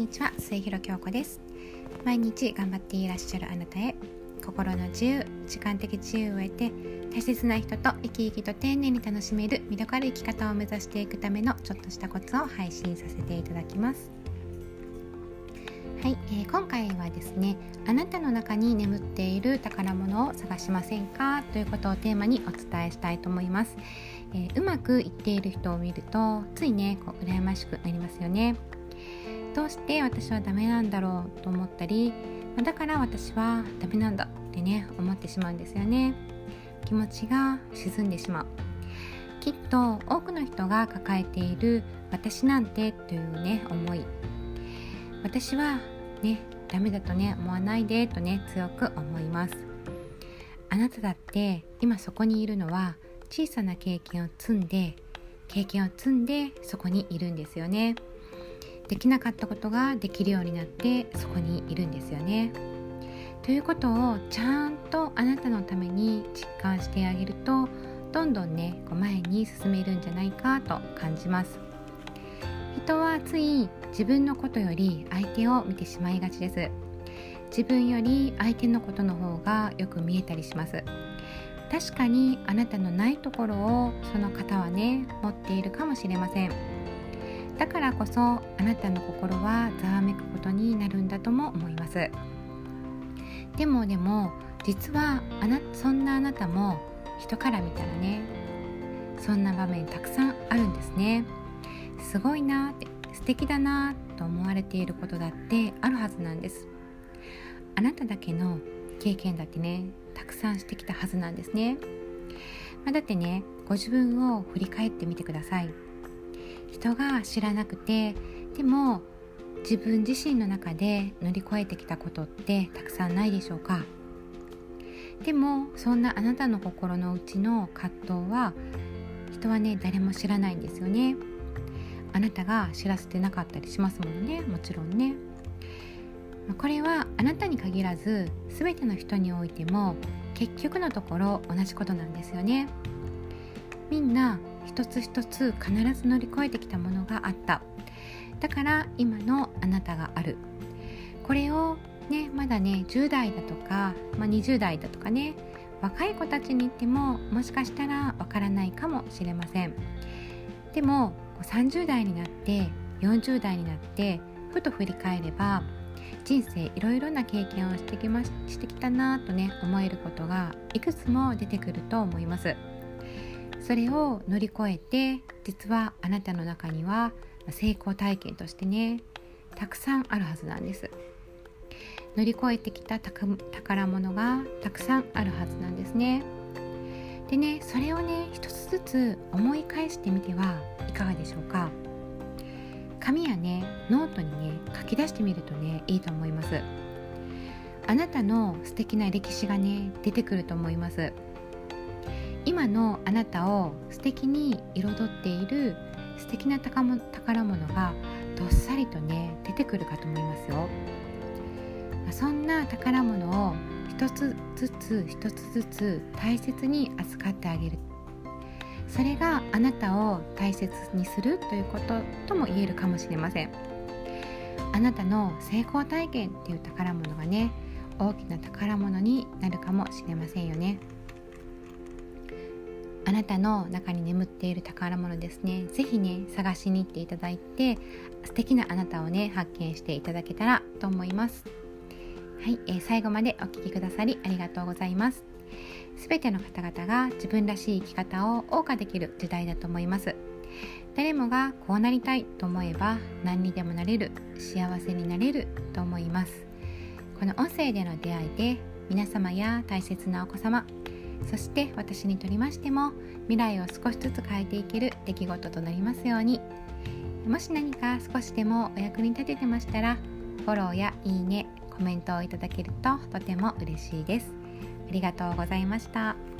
にちは、末広京子です。毎日頑張っていらっしゃるあなたへ、心の自由、時間的自由を得て大切な人と生き生きと丁寧に楽しめる魅力ある生き方を目指していくためのちょっとしたコツを配信させていただきます。はい、今回はですね、あなたの中に眠っている宝物を探しませんかということをテーマにお伝えしたいと思います。うまくいっている人を見るとついね羨ましくなりますよね。どうして私はダメなんだろうと思ったり、だから私はダメなんだってね思ってしまうんですよね。気持ちが沈んでしまう。きっと多くの人が抱えている私なんてというね思い、私はねダメだとね思わないでとね強く思います。あなただって今そこにいるのは小さな経験を積んでそこにいるんですよね。できなかったことができるようになってそこにいるんですよね。ということをちゃんとあなたのために実感してあげると、どんどんね前に進めるんじゃないかと感じます。人はつい自分のことより相手を見てしまいがちです。自分より相手のことの方がよく見えたりします。確かにあなたのないところをその方はね持っているかもしれません。だからこそあなたの心はざわめくことになるんだとも思います。でも実はそんなあなたも人から見たらね、そんな場面たくさんあるんですね。すごいなって、素敵だなと思われていることだってあるはずなんです。あなただけの経験だってねたくさんしてきたはずなんですね。だってね、ご自分を振り返ってみてください。人が知らなくて、でも自分自身の中で乗り越えてきたことってたくさんないでしょうか。でもそんなあなたの心の内の葛藤は人はね誰も知らないんですよね。あなたが知らせてなかったりしますもんね、もちろんね。これはあなたに限らず全ての人においても結局のところ同じことなんですよね。みんな一つ一つ必ず乗り越えてきたものがあった。だから今のあなたがある。これをねまだね10代だとか、20代だとかね若い子たちに言ってももしかしたらわからないかもしれません。でも30代になって40代になってふと振り返れば、人生いろいろな経験をしてきたなとね思えることがいくつも出てくると思います。それを乗り越えて、実はあなたの中には成功体験としてねたくさんあるはずなんです。乗り越えてきた宝物がたくさんあるはずなんですね。でね、それをね一つずつ思い返してみてはいかがでしょうか。紙やねノートにね書き出してみるとねいいと思います。あなたの素敵な歴史がね出てくると思います。今のあなたを素敵に彩っている素敵な宝物がどっさりとね出てくるかと思いますよ。そんな宝物を一つずつ大切に扱ってあげる。それがあなたを大切にするということとも言えるかもしれません。あなたの成功体験っていう宝物がね大きな宝物になるかもしれませんよね。あなたの中に眠っている宝物ですね、ぜひね探しに行っていただいて、素敵なあなたをね発見していただけたらと思います。はい、最後までお聞きくださりありがとうございます。すべての方々が自分らしい生き方を謳歌できる時代だと思います。誰もがこうなりたいと思えば何にでもなれる、幸せになれると思います。この音声での出会いで皆様や大切なお子様、そして私にとりましても未来を少しずつ変えていける出来事となりますように。もし何か少しでもお役に立ててましたら、フォローやいいね、コメントをいただけるととても嬉しいです。ありがとうございました。